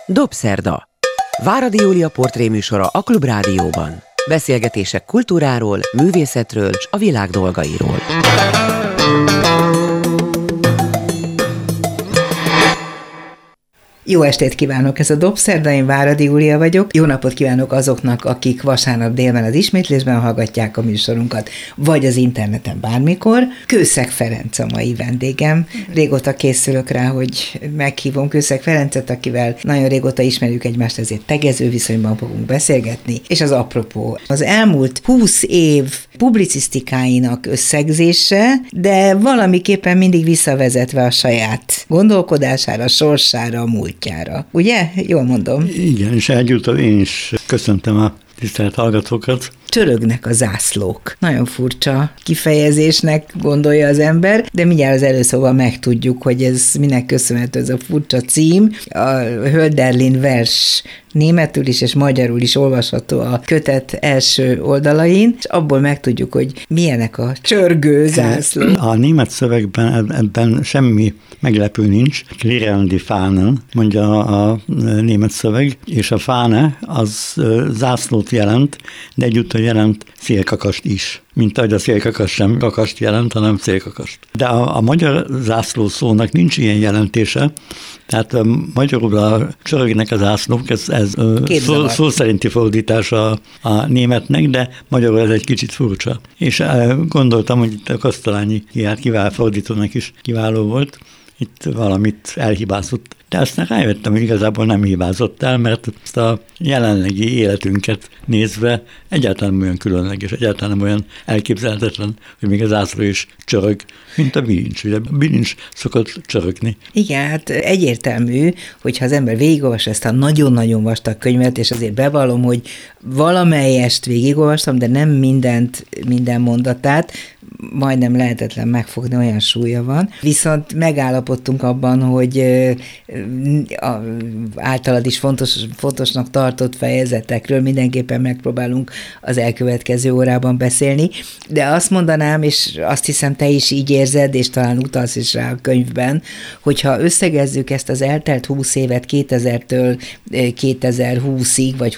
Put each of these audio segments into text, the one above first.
Dobszerda. Váradi Júlia portréműsora a Klubrádióban. Beszélgetések kultúráról, művészetről és a világ dolgairól. Jó estét kívánok, ez a Dobszerda, én Váradi Júlia vagyok. Jó napot kívánok azoknak, akik vasárnap délben az ismétlésben hallgatják a műsorunkat, vagy az interneten bármikor. Kőszeg Ferenc a mai vendégem. Régóta készülök rá, hogy meghívom Kőszeg Ferencet, akivel nagyon régóta ismerjük egymást, ezért tegező viszonyban fogunk beszélgetni. És az apropó, az elmúlt 20 év publicisztikáinak összegzése, de valamiképpen mindig visszavezetve a saját gondolkodására, sorsára, a múltjára. Ugye? Jól mondom? Igen, és egyúttal én is köszöntöm a tisztelt hallgatókat. Csörögnek a zászlók. Nagyon furcsa kifejezésnek gondolja az ember, de mindjárt az előszóval megtudjuk, hogy ez minek köszönhető ez a furcsa cím. A Hölderlin vers németül is és magyarul is olvasható a kötet első oldalain, és abból megtudjuk, hogy milyenek a csörgő zászlók. A német szövegben ebben semmi meglepő nincs. Klirren die Fahnen, mondja a német szöveg, és a Fahne az zászlót jelent, de egyúttal jelent szélkakast is. Mint ahogy a szélkakas sem kakast jelent, hanem szélkakast. De a magyar zászló szónak nincs ilyen jelentése, tehát magyarul a csörögnek a zászlók, ez szó szerinti fordítása a németnek, de magyarul ez egy kicsit furcsa. És gondoltam, hogy itt a Kosztolányi fordítónak is kiváló volt, itt valamit elhibázott. De aztán rájöttem, hogy igazából nem hibázott el, mert ezt a jelenlegi életünket nézve egyáltalán olyan különleges, egyáltalán olyan elképzelhetetlen, hogy még az zászló is csörög, mint a bilincs. Ugye a bilincs szokott csörögni. Igen, hát egyértelmű, hogyha az ember végigolvas ezt a nagyon-nagyon vastag könyvet, és azért bevallom, hogy valamelyest végigolvastam, de nem minden mondatát, majdnem lehetetlen megfogni, olyan súlya van. Viszont megállapodtunk abban, hogy általad is fontosnak tartott fejezetekről mindenképpen megpróbálunk az elkövetkező órában beszélni, de azt mondanám, és azt hiszem te is így érzed, és talán utalsz is rá a könyvben, hogyha összegezzük ezt az eltelt 20 évet 2000-től 2020-ig, vagy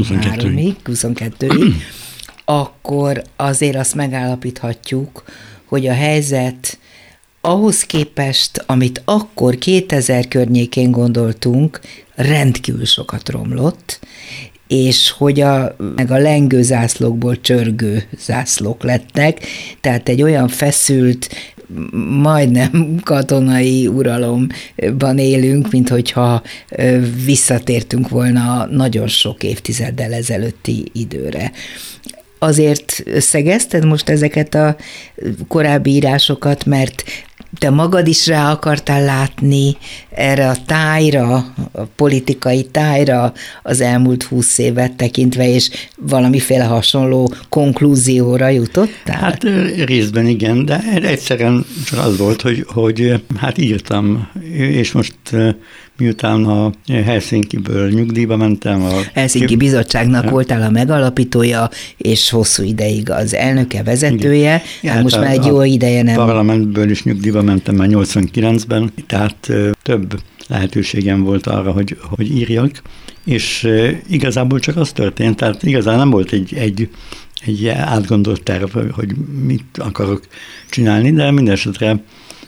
22-ig, akkor azért azt megállapíthatjuk, hogy a helyzet ahhoz képest, amit akkor 2000 környékén gondoltunk, rendkívül sokat romlott, és hogy meg a lengő zászlókból csörgő zászlók lettek, tehát egy olyan feszült, majdnem katonai uralomban élünk, mint hogyha visszatértünk volna nagyon sok évtizeddel ezelőtti időre. Azért összegezted most ezeket a korábbi írásokat, mert te magad is rá akartál látni erre a tájra, a politikai tájra az elmúlt 20 évet tekintve, és valamiféle hasonló konklúzióra jutottál? Hát részben igen, de egyszerűen csak az volt, hogy hát írtam, és most miután a Helsinkiből nyugdíjba mentem. Helsinki Bizottságnak voltál a megalapítója, és hosszú ideig az elnöke, vezetője. Hát most már egy jó ideje nem. Parlamentből is nyugdíjba mentem már 89-ben, tehát több lehetőségem volt arra, hogy írjak, és igazából csak az történt, tehát igazán nem volt egy átgondolt terv, hogy mit akarok csinálni, de mindesetre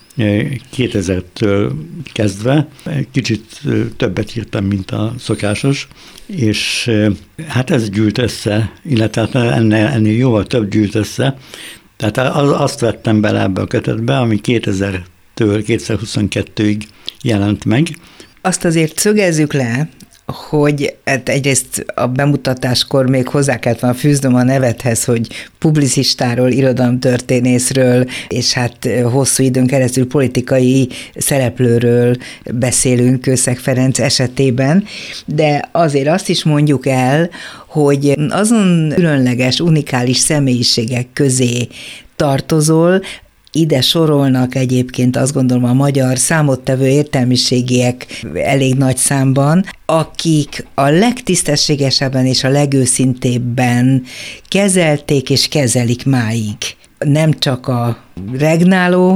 2000-től kezdve kicsit többet írtam, mint a szokásos, és hát ez gyűlt össze, illetve ennél jóval több gyűlt össze. Tehát azt vettem bele ebbe a kötetbe, ami 2000-től 2022-ig jelent meg. Azt azért szögezzük le, hogy egyrészt a bemutatáskor még hozzá kellett volna fűznöm a nevedhez, hogy publicistáról, irodalomtörténészről, és hát hosszú időn keresztül politikai szereplőről beszélünk Kőszeg Ferenc esetében, de azért azt is mondjuk el, hogy azon különleges, unikális személyiségek közé tartozol, ide sorolnak egyébként azt gondolom a magyar számottevő értelmiségiek elég nagy számban, akik a legtisztességesebben és a legőszintébben kezelték és kezelik máig. Nem csak a regnáló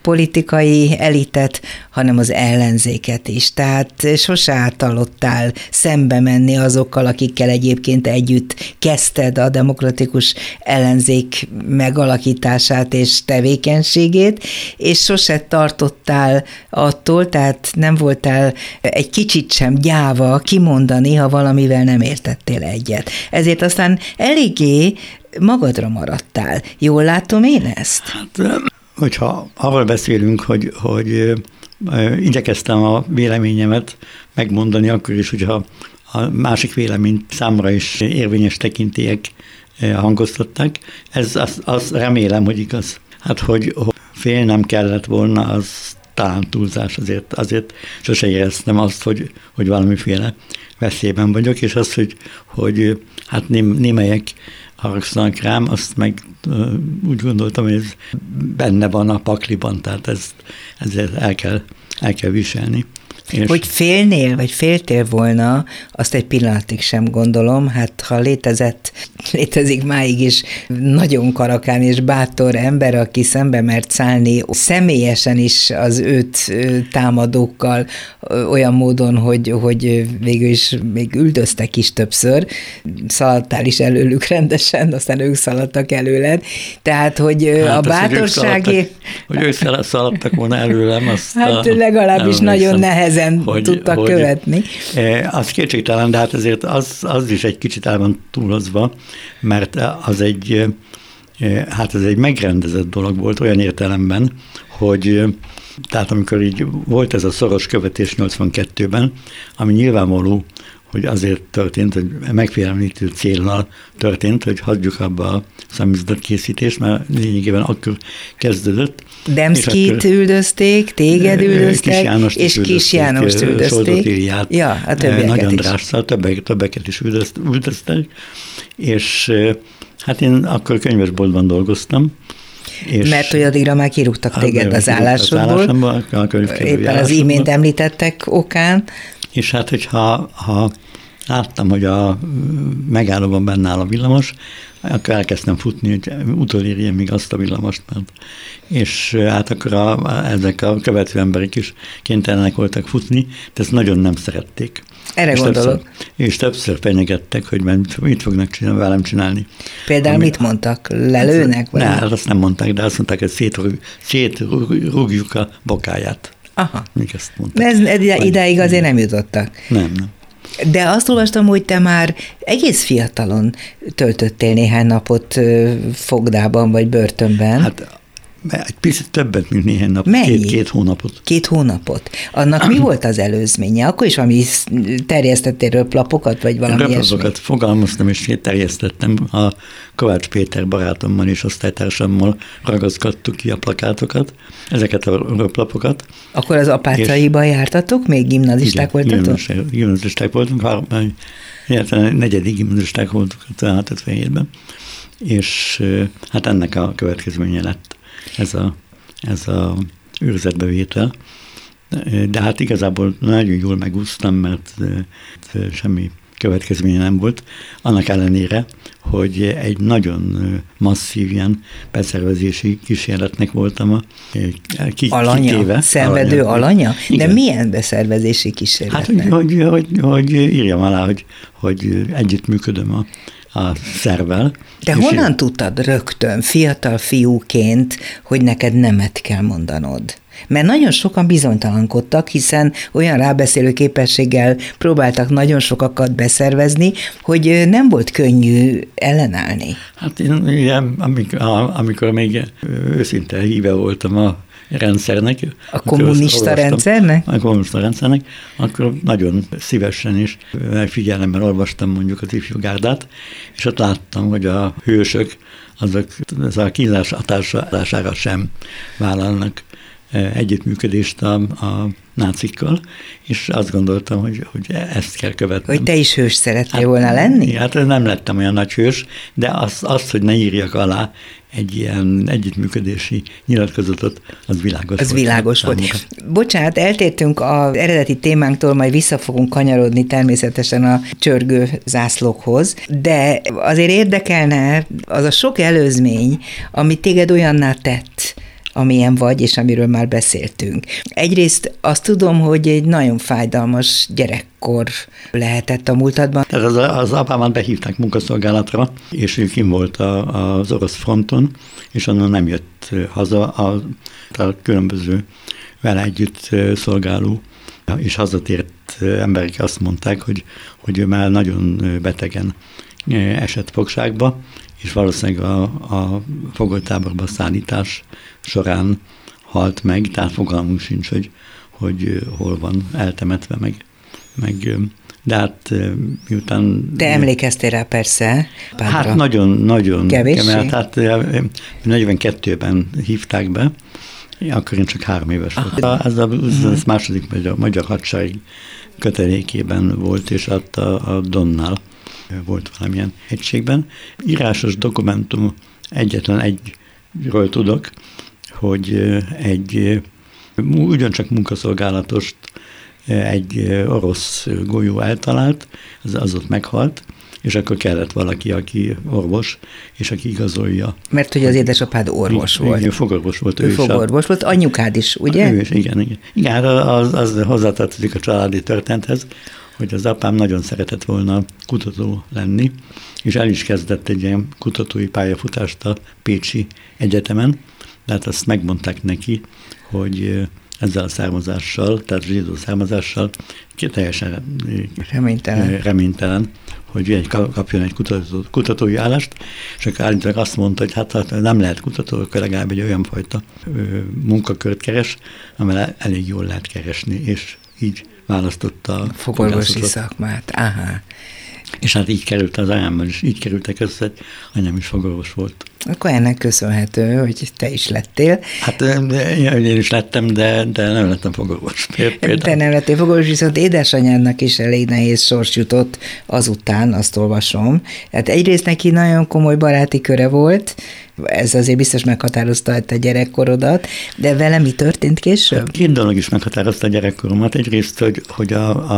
politikai elitet, hanem az ellenzéket is. Tehát sose átalottál szembe menni azokkal, akikkel egyébként együtt kezdted a demokratikus ellenzék megalakítását és tevékenységét, és sose tartottál attól, tehát nem voltál egy kicsit sem gyáva kimondani, ha valamivel nem értettél egyet. Ezért aztán eléggé magadra maradtál. Jól látom én ezt? Hát, hogyha arról beszélünk, hogy igyekeztem a véleményemet megmondani, akkor is, hogyha a másik véleményt számra is érvényes tekintélyek hangoztatták, azt remélem, hogy igaz. Hát, hogy félnem kellett volna, az talán túlzás, azért sose éreztem azt, hogy valamiféle veszélyben vagyok, és az, hogy hát némelyek haragszanak rám, azt meg úgy gondoltam, hogy ez benne van a pakliban, tehát ezért el kell viselni. Hogy félnél, vagy féltél volna, azt egy pillanatig sem gondolom, hát ha létezik máig is nagyon karakán és bátor ember, aki szembe mert szállni személyesen is az őt támadókkal olyan módon, hogy végül is még üldöztek is többször, szaladtál is előlük rendesen, aztán ők szaladtak előled, tehát hogy hát a bátorságé... Hogy ők szaladtak volna előlem, azt... Hát legalábbis nagyon nehezen tudtak követni. Az kétségtelen, de hát azért az is egy kicsit el van túlozva, mert az egy megrendezett dolog volt olyan értelemben, hogy tehát amikor így volt ez a szoros követés 82-ben, ami nyilvánvaló, hogy azért történt, hogy megfélemlítő céllal történt, hogy hagyjuk abba a száműzletkészítést, mert lényegében akkor kezdődött. Demszkit üldözték, téged üldöztek, és Kis Jánost üldözték. Soldot Iliát, ja, a többieket Nagy Andrással, többeket is üldöztek, és hát én akkor könyvesboltban dolgoztam. Mert hogy addigra már kirúgtak téged az állásodból, éppen az imént említettek okán. És hát, hogyha láttam, hogy a megállóban benne áll a villamos, akkor elkezdtem futni, hogy utolérjem még azt a villamost. És hát akkor ezek a követő emberek is kénytelenek voltak futni, de ezt nagyon nem szerették. Erre gondolok. És többször fenyegettek, hogy mit fognak velem csinálni. Például mit mondtak? Lelőnek? Ne, azt nem mondták, de azt mondták, hogy szétrúgjuk a bokáját. Aha. Még ezt mondták. Idáig azért nem jutottak. Nem. De azt olvastam, hogy te már egész fiatalon töltöttél néhány napot fogdában vagy börtönben. Hát egy picit többet, mint néhány nap. Mennyi? 2 hónapot. 2 hónapot. Annak mi volt az előzménye? Akkor is valami terjesztettél röplapokat, vagy valami ilyesmi? Röplapokat fogalmaztam, és terjesztettem. A Kovács Péter barátommal és osztálytársammal ragaszkodtuk ki a plakátokat, ezeket a röplapokat. Akkor az apácaiban jártatok? Még gimnazisták voltatok? Gimnazisták voltunk, illetve 4. gimnazisták voltunk a 57-ben. És hát ennek a következménye lett ez a őrzetbevétel. De hát igazából nagyon jól megúsztam, mert semmi következménye nem volt. Annak ellenére, hogy egy nagyon masszív ilyen beszervezési kísérletnek voltam kitéve. Szenvedő alanya? De milyen beszervezési kísérletnek? Hát, hogy írjam alá, hogy együttműködöm a szervvel. De honnan tudtad rögtön, fiatal fiúként, hogy neked nemet kell mondanod? Mert nagyon sokan bizonytalankodtak, hiszen olyan rábeszélő képességgel próbáltak nagyon sokakat beszervezni, hogy nem volt könnyű ellenállni. Hát én amikor még őszinte híve voltam a rendszernek. A kommunista rendszernek? A kommunista rendszernek, akkor nagyon szívesen is figyelemmel olvastam mondjuk az Ifjú Gárdát, és ott láttam, hogy a hősök azok a kínzás hatására sem vállalnak együttműködést a nácikkal, és azt gondoltam, hogy ezt kell követnem. Hogy te is hős szerettél volna lenni? Hát nem lettem olyan nagy hős, de azt, hogy ne írjak alá egy ilyen együttműködési nyilatkozatot, az világos volt. Az világos volt. Bocsánat, eltértünk az eredeti témánktól, majd vissza fogunk kanyarodni természetesen a csörgő zászlókhoz, de azért érdekelne az a sok előzmény, ami téged olyanná tett, amilyen vagy, és amiről már beszéltünk. Egyrészt azt tudom, hogy egy nagyon fájdalmas gyerekkor lehetett a múltadban. Tehát az apámat behívták munkaszolgálatra, és ő kim volt az orosz fronton, és onnan nem jött haza a különböző vele együtt szolgáló és hazatért emberek azt mondták, hogy ő már nagyon betegen esett fogságba, és valószínűleg a fogolytáborba szállítás során halt meg, tehát fogalmunk sincs, hogy hol van eltemetve meg de hát miután... Te emlékeztél rá persze? Pádra. Hát nagyon kevéssé? Hát 42-ben hívták be, akkor én csak 3 éves voltam. Ez második magyar hadsereg kötelékében volt, és ott a Donnál volt valamilyen egységben. Írásos dokumentum egyetlen egyről tudok, hogy egy ugyancsak munkaszolgálatost egy orosz golyó eltalált, az ott meghalt, és akkor kellett valaki, aki orvos, és aki igazolja. Mert hogy az édesapád orvos volt. Igen, fogorvos volt. Ő fogorvos volt, anyukád is, ugye? Ő is, igen. Igen, az hozzátartozik a családi történethez, hogy az apám nagyon szeretett volna kutató lenni, és el is kezdett egy ilyen kutatói pályafutást a Pécsi Egyetemen, de hát azt megmondták neki, hogy ezzel a származással, tehát zsidó származással teljesen reménytelen, hogy kapjon egy kutatói állást, és akkor állítólag azt mondta, hogy hát ha nem lehet kutató, akkor legalább egy olyan fajta munkakört keres, amivel elég jól lehet keresni, és így választotta a fogorvosi szakmát. Aha. És hát így került az anyámmal is, így kerültek össze, hogy anyám is fogorvos volt. Akkor ennek köszönhető, hogy te is lettél. Hát én is lettem, de nem lettem fogorvos. Te nem lettél fogorvos, viszont édesanyádnak is elég nehéz sors jutott azután, azt olvasom. Hát egyrészt neki nagyon komoly baráti köre volt, ez azért biztos meghatározta a gyerekkorodat, de vele mi történt később? Hát 2 dolog is meghatározta a gyerekkoromat. Egyrészt, hogy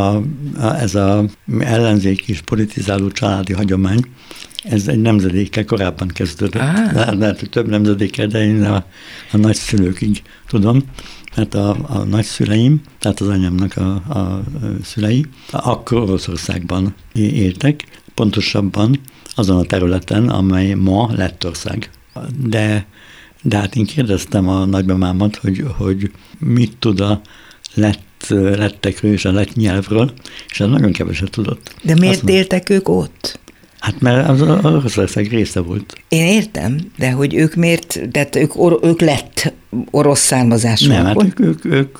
ez az ellenzéki és politizáló családi hagyomány, ez egy nemzedékkel korábban kezdődött. Lehet, hogy több nemzedékkel, de én a nagyszülőkig tudom, mert a nagyszüleim, tehát az anyámnak a szülei, akkor Oroszországban éltek, pontosabban azon a területen, amely ma Lettország. De hát én kérdeztem a nagymamámat, hogy mit tud a lettekről és a lett nyelvről, és ez nagyon keveset tudott. De miért éltek ők ott? Hát mert az Oroszország része volt. Én értem, de hogy ők miért, tehát ők lett orosz származásúak? Nem, hát ők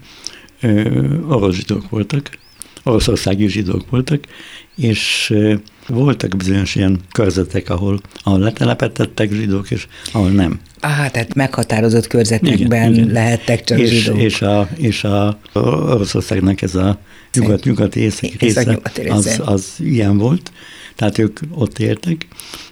orosz zsidók voltak, oroszországi zsidók voltak, és voltak bizonyos ilyen körzetek, ahol letelepedtek zsidók, és ahol nem. Tehát meghatározott körzetekben igen. lehettek csak zsidók. És a Oroszországnak ez a nyugati északi része, az ilyen volt, tehát ők ott éltek,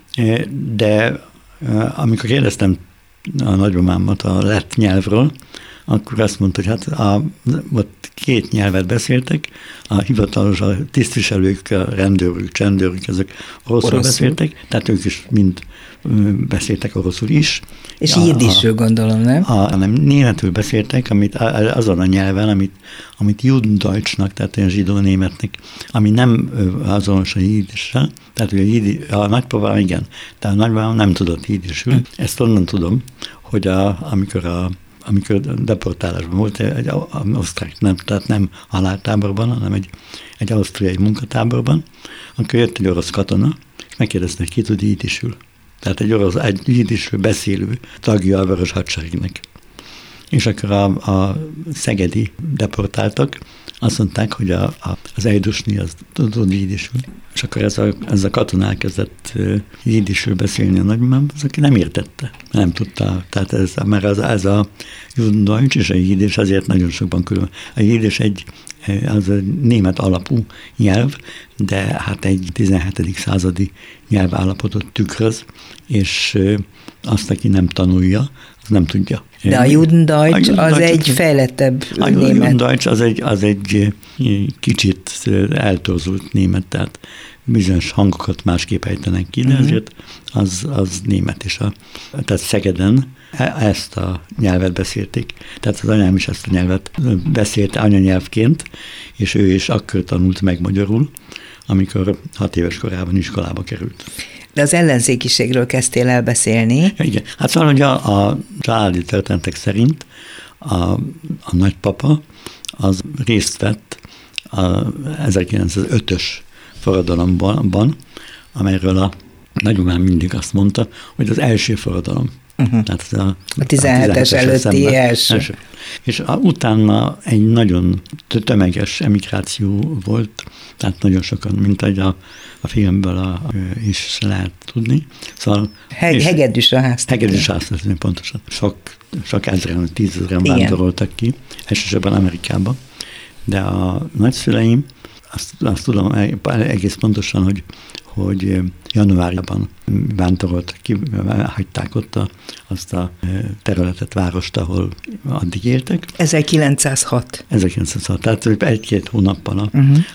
de amikor kérdeztem a nagymamámat a lett nyelvről, akkor azt mondta, hogy hát ott 2 nyelvet beszéltek, a hivatalos, a tisztviselők, a rendőrök, csendőrök, ezek oroszul beszéltek, tehát ők is mind beszéltek oroszul is. És jiddisül gondolom, nem? Nem, németül beszéltek, azon a nyelven, amit Judendeutschnak, tehát olyan zsidó németnek, ami nem azonos a jiddissel, tehát a nagypapám igen, de a nagypapám nem tudott jiddisül. Ezt onnan tudom, hogy amikor deportálásban volt, egy osztrák, tehát nem haláltáborban, hanem egy ausztriai munkatáborban, akkor jött egy orosz katona, és megkérdezte, ki tud jiddisül. Tehát egy jiddisül beszélő tagja a Vörös Hadseregnek. És akkor a szegedi deportáltak, azt mondták, hogy az ejdusni az tud jiddisül. És akkor ez a katona elkezdett jiddisül beszélni a nagymamám, az aki nem értette, nem tudta. Tehát ez a Judendeutsch és a jiddis azért nagyon sokban külön. A jiddis az egy német alapú nyelv, de hát egy 17. századi nyelvállapotot tükröz, és azt, aki nem tanulja, az nem tudja. De a Judendeutsch az egy fejlettebb német. A Judendeutsch az egy kicsit eltorzult német, tehát bizonyos hangokat másképp ejtenek ki, de azért az német is. Tehát Szegeden ezt a nyelvet beszélték. Tehát az anyám is ezt a nyelvet beszélte anyanyelvként, és ő is akkor tanult meg magyarul, amikor 6 éves korában iskolába került. De az ellenzékiségről kezdtél el beszélni. Igen, hát szóval, hogy a családi történetek szerint a nagypapa az részt vett a 1905-ös forradalomban, amelyről a nagymamám mindig azt mondta, hogy az első forradalom. Tehát a 17-es előtti első. És utána egy nagyon tömeges emigráció volt, tehát nagyon sokan, mint ahogy a filmből is lehet tudni. Szóval, Hegedűs a háztartás, pontosan. Sok ezren, 10 000 vándoroltak ki, elsősorban Amerikába. De a nagyszüleim, azt tudom egész pontosan, hogy januárban vándoroltak ki, hagyták ott azt a területet, várost, ahol addig éltek. 1906. 1906, tehát 1-2 hónappal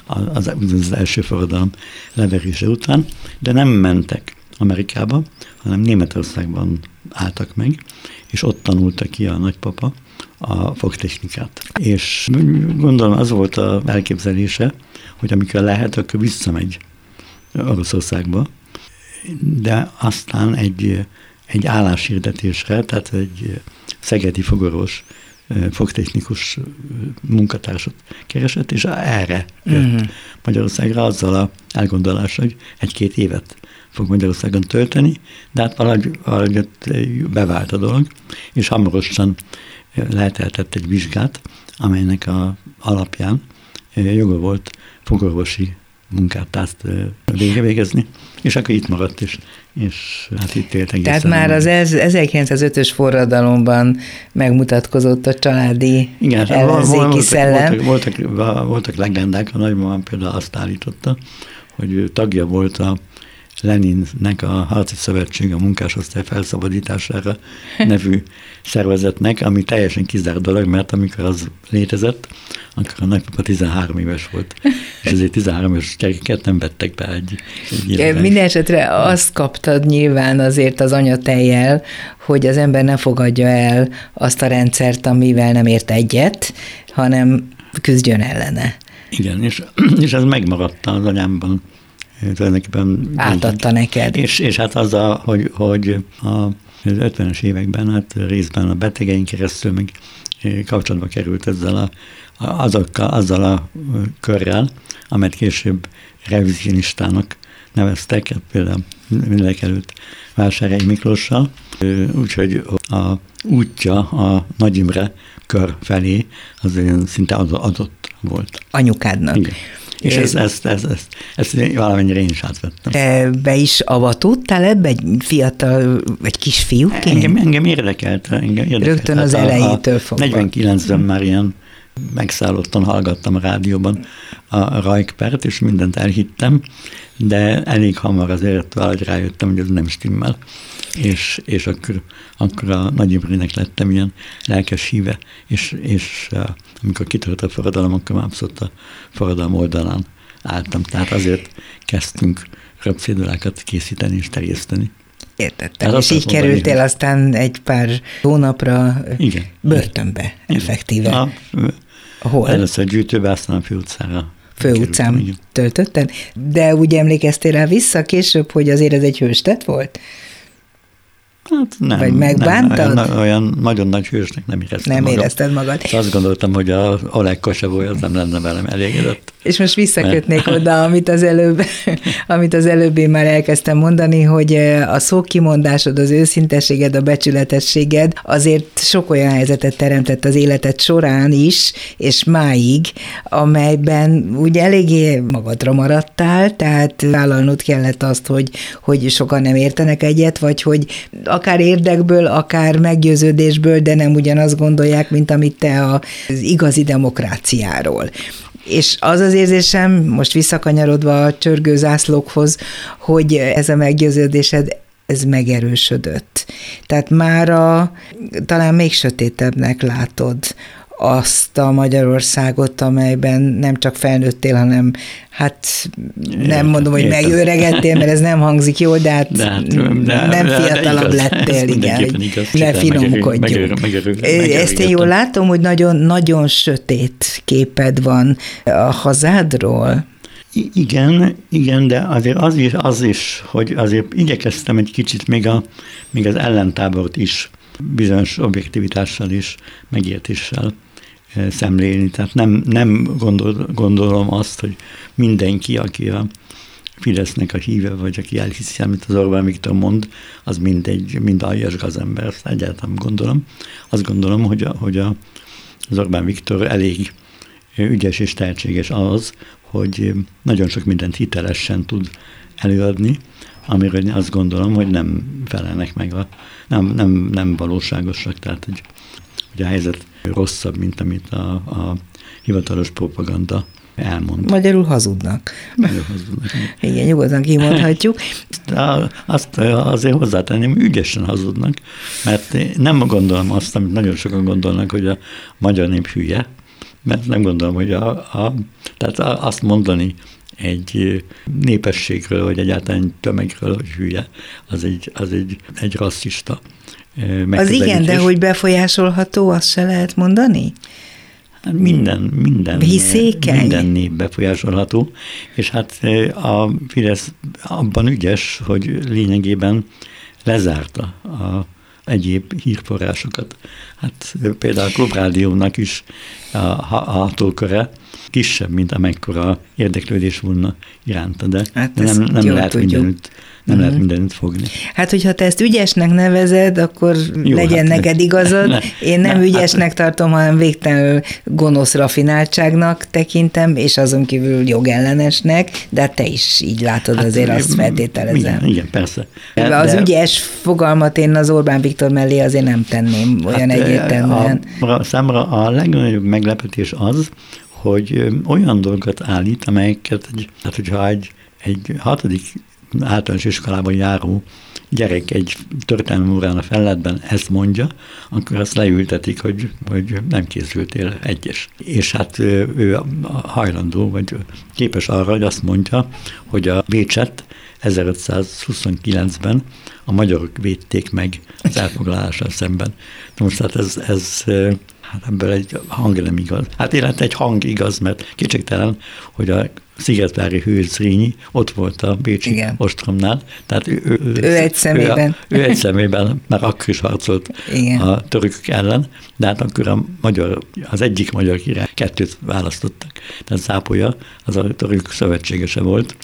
az első forradalom leverése után, de nem mentek Amerikába, hanem Németországban álltak meg, és ott tanulta ki a nagypapa a fogtechnikát. És gondolom az volt az elképzelése, hogy amikor lehet, akkor visszamegy Oroszországba, de aztán egy álláshirdetésre, tehát egy szegedi fogorvos fogtechnikus munkatársat keresett, és erre jött Magyarországra azzal az elgondolással, hogy 1-2 évet fog Magyarországon tölteni, de hát valahogy bevált a dolog, és hamarosan lehetetett egy vizsgát, amelynek a alapján joga volt fogorvosi munkát végezni, és akkor itt maradt, és hát itt élt egészen. Tehát már az 1905-ös forradalomban megmutatkozott a családi ellenzéki szellem. Voltak legendák, a nagymamám például azt állította, hogy ő tagja volt a Leninnek a Harci Szövetség a munkásosztály felszabadítására nevű szervezetnek, ami teljesen kizárt dolog, mert amikor az létezett, akkor a nagypapa 13 éves volt, és ezért 13 éves gyerekeket nem vettek be egy minden esetre azt kaptad nyilván azért az anyatejjel, hogy az ember ne fogadja el azt a rendszert, amivel nem ért egyet, hanem küzdjön ellene. Igen, és ez megmaradt az anyámban. Tulajdonképpen átadta neked. És hát azzal, hogy a 50-es években, hát részben a betegeink keresztül meg kapcsolatba került azzal a körrel, amelyet később revizionistának neveztek, például mindenek előtt Vásárhelyi Miklóssal, úgyhogy a útja a Nagy Imre kör felé az olyan szinte adott volt. Anyukádnak. Igen. És ezt valamennyire én is átvettem. Te be is avatódtál ebbe egy fiatal, vagy kisfiúként? Engem érdekelt. Rögtön az elejétől fogva. 49-ben már ilyen megszállottan hallgattam a rádióban a Rajkpert, és mindent elhittem, de elég hamar azért valahogy rájöttem, hogy ez nem stimmel. És akkor a Nagy Imrének lettem ilyen lelkes híve, és amikor kitört a forradalom, akkor abszolút a forradalom oldalán álltam. Tehát azért kezdtünk röpcédulákat készíteni és terjeszteni. Értettem, és így kerültél aztán egy pár hónapra börtönbe, effektíve. Hol? Először a Gyűjtőbe, aztán a Főutcára. Főutcán töltötted? De úgy emlékeztél rá vissza később, hogy azért ez egy hőstett volt? Hát nem. Vagy megbántad? Nem, olyan nagyon nagy hősnek nem éreztem magam. Nem érezted magad. Azt gondoltam, hogy a Oleg Kosevói az nem lenne velem elégedett. És most visszakötnék oda, amit az előbb én már elkezdtem mondani, hogy a szókimondásod, az őszinteséged, a becsületességed azért sok olyan helyzetet teremtett az életed során is, és máig, amelyben ugye eléggé magadra maradtál, tehát vállalnod kellett azt, hogy sokan nem értenek egyet, vagy hogy akár érdekből, akár meggyőződésből, de nem ugyanazt gondolják, mint amit te az igazi demokráciáról. És az az érzésem, most visszakanyarodva a csörgő zászlókhoz, hogy ez a meggyőződésed, ez megerősödött. Tehát mára talán még sötétebbnek látod azt a Magyarországot, amelyben nem csak felnőttél, hanem nem mondom, hogy megöregedtél, mert ez nem hangzik jól, de nem fiatalabb lettél, igen, hogy ne finomkodjunk. Ezt én jól látom, hogy nagyon, nagyon sötét képed van a hazádról. Igen, de azért az is, hogy azért igyekeztem egy kicsit még az ellentábort is bizonyos objektivitással és megértéssel szemlélni. Tehát nem gondolom azt, hogy mindenki, aki a Fidesznek a híve, vagy aki elhiszi, amit az Orbán Viktor mond, az mind aljas gazember, ezt egyáltalán gondolom. Azt gondolom, hogy az Orbán Viktor elég ügyes és tehetséges az, hogy nagyon sok mindent hitelesen tud előadni, amiről azt gondolom, hogy nem felelnek meg, nem valóságosak, tehát hogy a helyzet rosszabb, mint amit a hivatalos propaganda elmond. Magyarul hazudnak. Igen, nyugodtan kimondhatjuk. Azt azért hozzátenném, ügyesen hazudnak, mert nem gondolom azt, amit nagyon sokan gondolnak, hogy a magyar nép hülye, mert nem gondolom, hogy tehát azt mondani egy népességről, vagy egyáltalán tömegről, hogy hülye, az egy rasszista megközelítés. Az igen, de hogy befolyásolható, azt se lehet mondani? Minden hiszékeny? Minden nép befolyásolható, és hát a Fidesz abban ügyes, hogy lényegében lezárta a egyéb hírforrásokat. Hát például a Klubrádiónak is a hatóköre kisebb, mint amekkora érdeklődés volna iránta, de nem lehet mindenütt fogni. Hát, hogyha te ezt ügyesnek nevezed, akkor legyen neked igazad. Én nem ügyesnek tartom, hanem végtelenül gonosz rafináltságnak tekintem, és azon kívül jogellenesnek, de te is így látod, azért azt feltételezem. Igen, persze. Az ügyes fogalmat én az Orbán Viktor mellé azért nem tenném olyan egyértelműen. Számomra a legnagyobb meglepetés az, hogy olyan dolgokat állít, amelyeket, hát hogyha egy 6. általános iskolában járó gyerek egy történelmi órán a felletben ezt mondja, akkor azt leültetik, hogy nem készültél egyes. És hát ő hajlandó, vagy képes arra, hogy azt mondja, hogy a Bécset 1529-ben a magyarok védték meg az elfoglalással szemben. Most hát ez ebből egy hang nem igaz. Hát illetve egy hang igaz, mert kétségtelen, hogy a szigetvári hős Zrínyi ott volt a bécsi ostromnál, tehát ő egy szemében. Ő egy szemében már akkor is harcolt a törökök ellen, de hát akkor az egyik magyar király 2 választottak. Tehát Zápolya az a török szövetségese volt,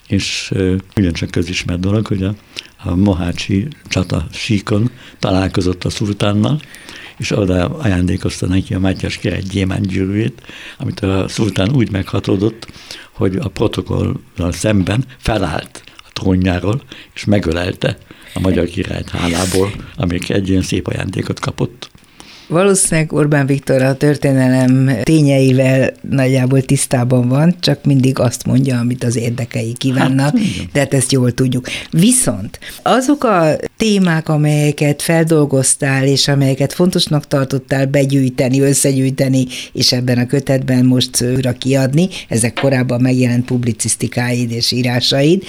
és ugyancsak közismert dolog, hogy a mohácsi csata síkon találkozott a szultánnal, és oda ajándékozta neki a Mátyás király gyémántgyűrűjét, amit a szultán úgy meghatódott, hogy a protokollal szemben felállt a trónjáról, és megölelte a magyar királyt hálából, amíg egy ilyen szép ajándékot kapott. Valószínűleg Orbán Viktor a történelem tényeivel nagyjából tisztában van, csak mindig azt mondja, amit az érdekei kívánnak, de hát ezt jól tudjuk. Viszont azok a témák, amelyeket feldolgoztál, és amelyeket fontosnak tartottál begyűjteni, összegyűjteni, és ebben a kötetben most újra kiadni, ezek korábban megjelent publicisztikáid és írásaid,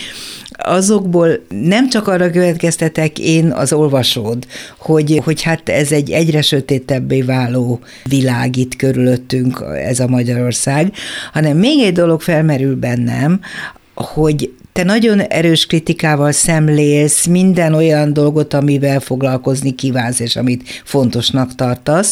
azokból nem csak arra következtetek én, az olvasód, hogy hát ez egy egyre sötétebbé váló világ itt körülöttünk, ez a Magyarország, hanem még egy dolog felmerül bennem, hogy te nagyon erős kritikával szemlélsz minden olyan dolgot, amivel foglalkozni kívánsz, és amit fontosnak tartasz,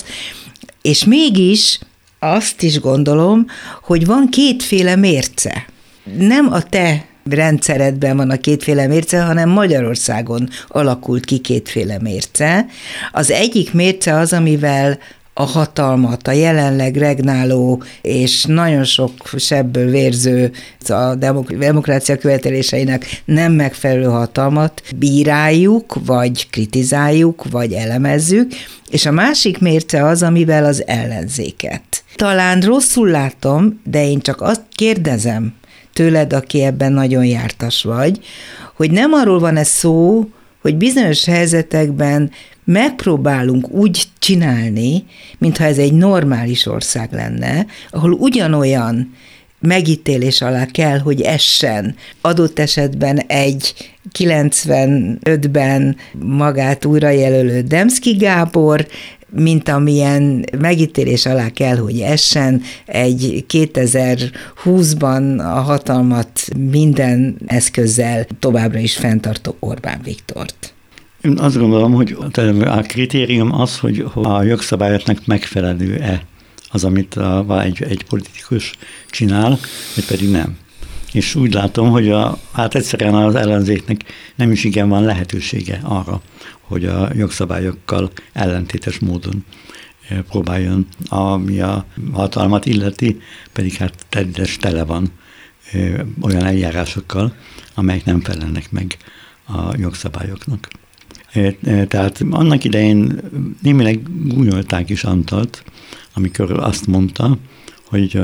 és mégis azt is gondolom, hogy van 2 mérce. Nem a te rendszeredben van a 2 mérce, hanem Magyarországon alakult ki 2 mérce. Az egyik mérce az, amivel a hatalmat, a jelenleg regnáló és nagyon sok sebből vérző a demokrácia követeléseinek nem megfelelő hatalmat bíráljuk, vagy kritizáljuk, vagy elemezzük, és a másik mérce az, amivel az ellenzéket. Talán rosszul látom, de én csak azt kérdezem tőled, aki ebben nagyon jártas vagy, hogy nem arról van ez szó, hogy bizonyos helyzetekben megpróbálunk úgy csinálni, mintha ez egy normális ország lenne, ahol ugyanolyan megítélés alá kell, hogy essen. Adott esetben egy 95-ben magát újrajelölő Demszky Gábor, mint amilyen megítélés alá kell, hogy essen egy 2020-ban a hatalmat minden eszközzel továbbra is fenntartó Orbán Viktort. Én azt gondolom, hogy a kritérium az, hogy a jogszabályoknak megfelelő-e az, amit egy politikus csinál, vagy pedig nem. És úgy látom, hogy egyszerűen az ellenzéknek nem is igen van lehetősége arra, hogy a jogszabályokkal ellentétes módon próbáljon, ami a hatalmat illeti, pedig tele van olyan eljárásokkal, amelyek nem felelnek meg a jogszabályoknak. Tehát annak idején némileg gúnyolták is Antalt, amikor azt mondta, hogy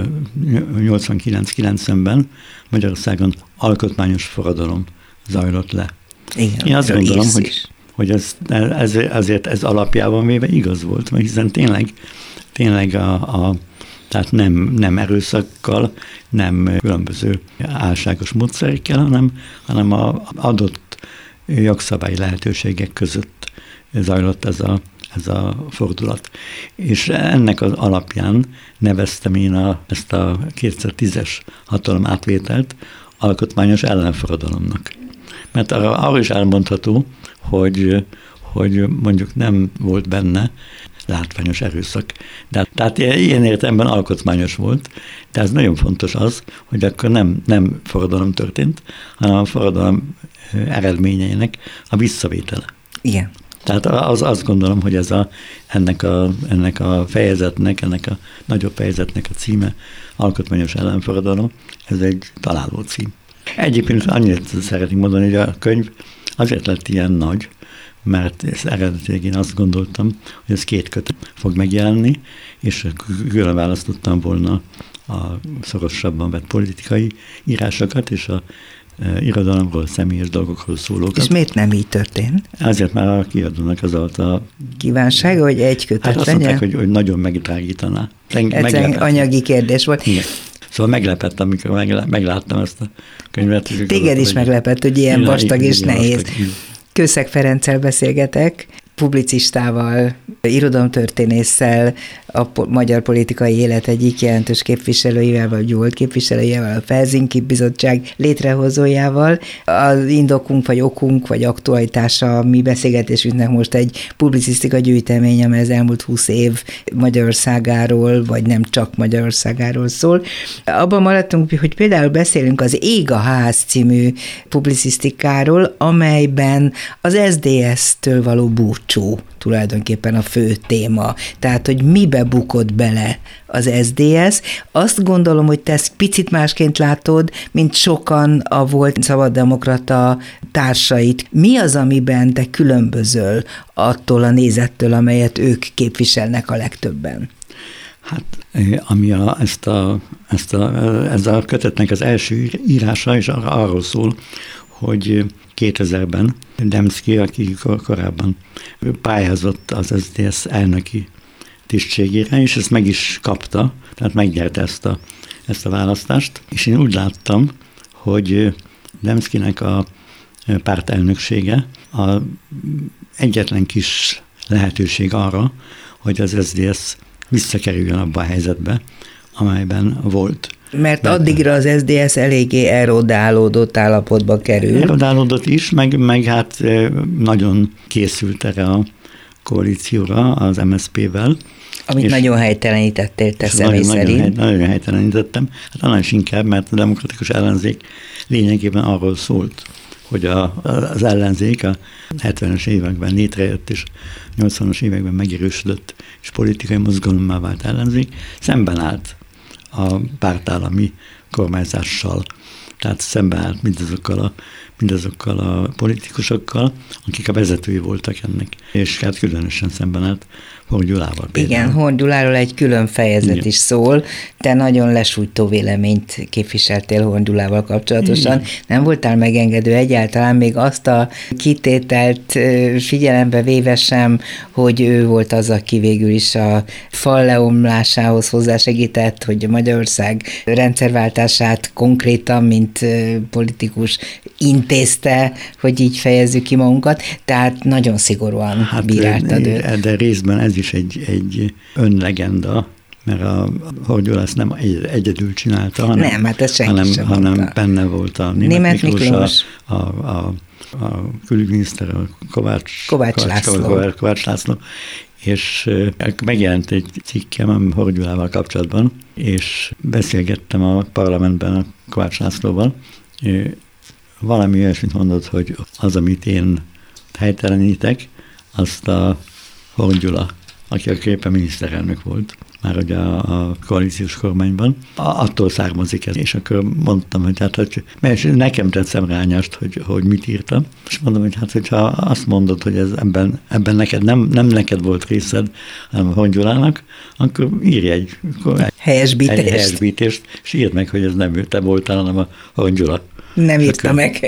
89-90-ben Magyarországon alkotmányos forradalom zajlott le. Igen, én azt gondolom, hogy ez alapjában véve igaz volt, mert hiszen tényleg tehát nem erőszakkal, nem különböző álságos módszerekkel, hanem az adott jogszabályi lehetőségek között zajlott ez a fordulat. És ennek az alapján neveztem én ezt a 2010-es hatalom átvételt alkotmányos ellenforradalomnak. Mert arra is elmondható, hogy mondjuk nem volt benne látványos erőszak. Tehát ilyen értelemben alkotmányos volt, de ez nagyon fontos az, hogy akkor nem forradalom történt, hanem a forradalom eredményeinek a visszavétele. Igen. Tehát azt gondolom, hogy ennek a fejezetnek, ennek a nagyobb fejezetnek a címe alkotmányos ellenforradalom, ez egy találó cím. Egyébként annyit szeretnék mondani, hogy a könyv azért lett ilyen nagy, mert eredetileg én azt gondoltam, hogy ez 2 kötet fog megjelenni, és külön választottam volna a szorosabban vett politikai írásokat, és a irodalomról, személyes dolgokról szólókat. És miért nem így történt? Azért már a kiadónak az volt a kívánsága, hogy egy kötet legyen? Hát azt mondták, hogy nagyon megdrágítaná. Egyszerűen anyagi kérdés volt. Igen. Szóval meglepett, amikor megláttam ezt a könyvet. Téged is meglepett, hogy ilyen vastag és nehéz. Kőszeg Ferenccel beszélgetek, publicistával, irodalomtörténésszel, a magyar politikai élet egyik jelentős képviselőjével, vagy volt képviselőjével, a Helsinki Bizottság létrehozójával. Az indokunk, vagy okunk, vagy aktualitása a mi beszélgetésünknek most egy publicisztika gyűjtemény, amely az elmúlt 20 év Magyarországáról, vagy nem csak Magyarországáról szól. Abban maradtunk, hogy például beszélünk az Ég a ház című publicisztikáról, amelyben az SZDSZ-től való búcsú tulajdonképpen a fő téma. Tehát, hogy mibe bukott bele az SZDSZ. Azt gondolom, hogy te ezt picit másként látod, mint sokan a volt szabaddemokrata társait. Mi az, amiben te különbözöl attól a nézettől, amelyet ők képviselnek a legtöbben? Hát, ami ez a kötetnek az első írása, és arról szól, hogy 2000-ben Demszky, aki korábban pályázott az SZDSZ elnöki tisztségére, és ezt meg is kapta, tehát megnyerte ezt a választást, és én úgy láttam, hogy Demszkynek a pártelnöksége a egyetlen kis lehetőség arra, hogy az SZDSZ visszakerüljön abba a helyzetbe, amelyben volt. Mert addigra az SZDSZ eléggé erodálódott állapotba kerül. Erodálódott is, meg hát nagyon készült erre a koalícióra az MSZP-vel. Amit nagyon helytelenítettél te személy szerint. Nagyon helytelenítettem. Hát annál is inkább, mert a demokratikus ellenzék lényegében arról szólt, hogy az ellenzék a 70-es években létrejött, és 80-as években megerősödött, és politikai mozgalommá vált ellenzék, szemben állt a pártállami kormányzással. Tehát szemben állt mindazokkal a politikusokkal, akik a vezetői voltak ennek. És hát különösen szemben állt Horn Gyulával például. Igen, Horn Gyuláról egy külön fejezet is szól. Te nagyon lesújtó véleményt képviseltél Horn Gyulával kapcsolatosan. Igen. Nem voltál megengedő egyáltalán, még azt a kitételt figyelembe véve sem, hogy ő volt az, aki végül is a fal leomlásához hozzásegített, hogy Magyarország rendszerváltását konkrétan, mint politikus intézte, hogy így fejezzük ki magunkat, tehát nagyon szigorúan bíráltad őt. De részben ez is egy önlegenda, mert a Horn Gyula ezt nem egyedül csinálta, hanem benne volt a Németh Miklós, a külügyminiszter, a Kovács László, és megjelent egy cikkem Horn Gyulával kapcsolatban, és beszélgettem a parlamentben a Kovács Lászlóval. Valami olyasmit mondott, hogy az, amit én helytelenítek, azt a Horn Gyula, aki a éppen miniszterelnök volt, már ugye a koalíciós kormányban, attól származik ez. És akkor mondtam, hogy mert nekem tett szemrányást, hogy mit írtam, és mondom, hogy hogyha azt mondod, hogy ebben neked nem neked volt részed, hanem a Horn Gyulának, akkor írj egy helyesbítést, és írd meg, hogy ez nem te voltál, hanem a Horn Gyula. Nem írta meg.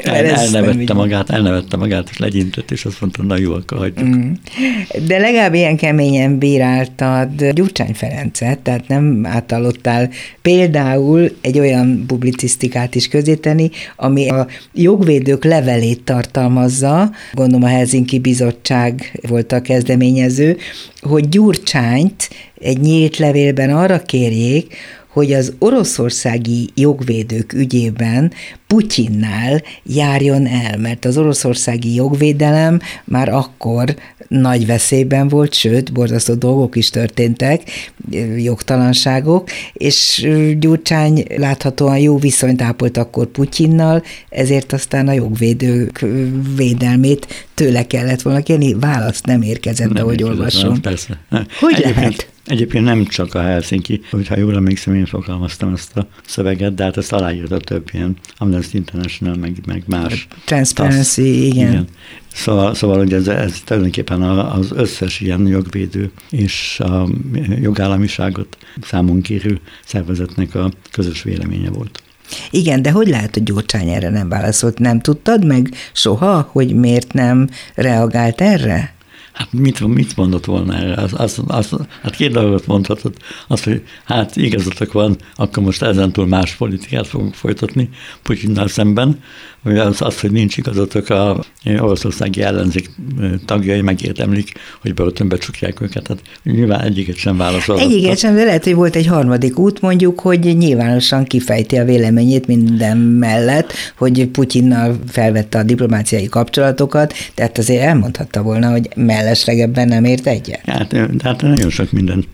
Elnevette magát, és legyintett, és azt mondta, na jó, akkor hagyjuk. De legalább ilyen keményen bíráltad Gyurcsány Ferencet, tehát nem áthallottál például egy olyan publicisztikát is közéteni, ami a jogvédők levelét tartalmazza, gondolom a Helsinki Bizottság volt a kezdeményező, hogy Gyurcsányt egy nyílt levélben arra kérjék, hogy az oroszországi jogvédők ügyében Putyinnál járjon el, mert az oroszországi jogvédelem már akkor nagy veszélyben volt, sőt, borzasztó dolgok is történtek, jogtalanságok, és Gyurcsány láthatóan jó viszonyt ápolt akkor Putyinnal, ezért aztán a jogvédők védelmét tőle kellett volna kérni, választ nem érkezett, ahogy olvasom. Persze. Hogy lehet? Egyébként nem csak a Helsinki, hogyha jól emlékszem, én fogalmaztam ezt a szöveget, de hát ezt aláírta több ilyen Amnesty International, meg más. Transparency, igen. Szóval hogy ez tulajdonképpen az összes ilyen jogvédő és a jogállamiságot számon kérő szervezetnek a közös véleménye volt. Igen, de hogy lehet, hogy Gyurcsány erre nem válaszolt? Nem tudtad meg soha, hogy miért nem reagált erre? Hát mit mondott volna erre? Hát két dolgot mondhatott. Azt, hogy hát igazatok van, akkor most ezentúl más politikát fogunk folytatni Putyinnal szemben. Az, hogy nincs igazatok, a oroszországi ellenzék tagjai megérdemlik, hogy börtönbe csukják őket. Hát nyilván egyiket sem válaszolhatott. Egyiket sem, de lehet, hogy volt egy harmadik út, mondjuk, hogy nyilvánosan kifejti a véleményét minden mellett, hogy Putyinnal felvette a diplomáciai kapcsolatokat, tehát azért elmondhatta volna, hogy mellesleg ebben nem ért egyet. Hát nagyon sok mindent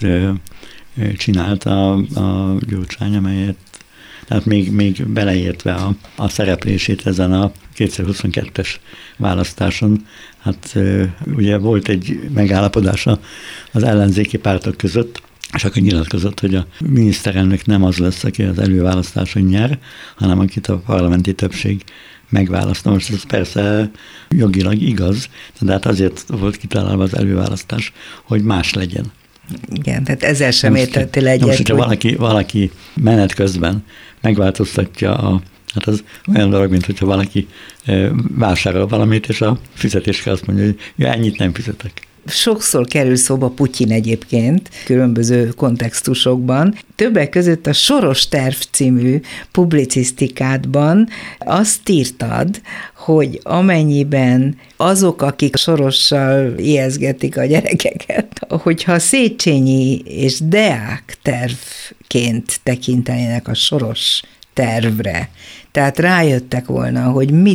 csinált a Gyurcsány, amelyet tehát még beleértve a szereplését ezen a 2022-es választáson. Hát ugye volt egy megállapodása az ellenzéki pártok között, és akkor nyilatkozott, hogy a miniszterelnök nem az lesz, aki az előválasztáson nyer, hanem akit a parlamenti többség megválasztom. Most ez persze jogilag igaz, de hát azért volt kitalálva az előválasztás, hogy más legyen. Igen, tehát ezzel sem értettél egyet. Most, hogyha valaki menet közben megváltoztatja hát az olyan dolog, mint hogyha valaki vásárol valamit, és a fizetésre azt mondja, hogy ennyit nem fizetek. Sokszor kerül szóba Putyin egyébként, különböző kontextusokban. Többek között a Soros terv című publicisztikádban azt írtad, hogy amennyiben azok, akik Sorossal ijeszgetik a gyerekeket, hogyha Széchenyi és Deák tervként tekintenének a Soros tervre, tehát rájöttek volna, hogy mit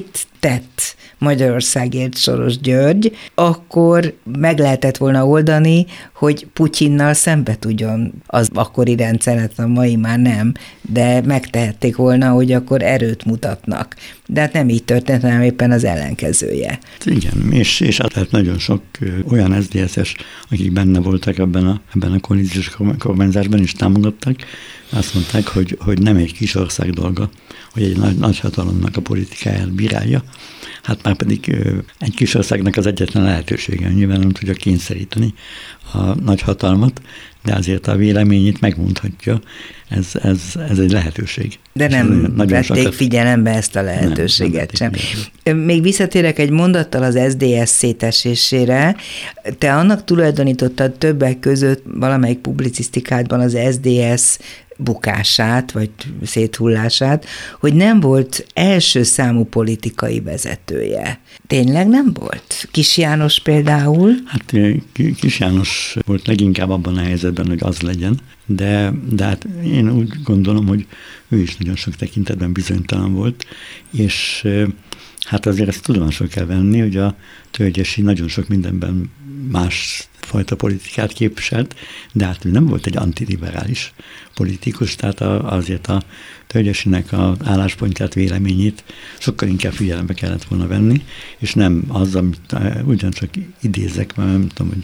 tett Magyarországért Soros György, akkor meg lehetett volna oldani, hogy Putyinnal szembe tudjon az akkori rendszeret, a mai már nem, de megtehették volna, hogy akkor erőt mutatnak. De hát nem így történt, hanem éppen az ellenkezője. Igen, és tehát nagyon sok olyan SZDSZ-es, akik benne voltak ebben a koalíciós kormányzásban is támogatták, azt mondták, hogy nem egy kis ország dolga, hogy egy nagy hatalomnak a politikáját bírálja, hát már pedig egy kis országnak az egyetlen lehetősége, nyilván nem tudja kényszeríteni a nagy hatalmat, de azért a véleményét megmondhatja, ez egy lehetőség. De nem vették figyelembe ezt a lehetőséget sem. Még visszatérek egy mondattal az SZDSZ szétesésére. Te annak tulajdonítottad többek között valamelyik publicisztikádban az SZDSZ bukását, vagy széthullását, hogy nem volt első számú politikai vezetője. Tényleg nem volt? Kis János például? Hát Kis János volt leginkább abban a helyzetben, hogy az legyen, de hát én úgy gondolom, hogy ő is nagyon sok tekintetben bizonytalan volt, és hát azért ezt tudomásul kell venni, hogy a Tölgyesi nagyon sok mindenben más fajta politikát képviselt, de hát ő nem volt egy antiliberális politikus, tehát azért a Tölgyesinek az álláspontját, véleményét sokkal inkább figyelembe kellett volna venni, és nem az, amit ugyancsak idézek, mert nem tudom,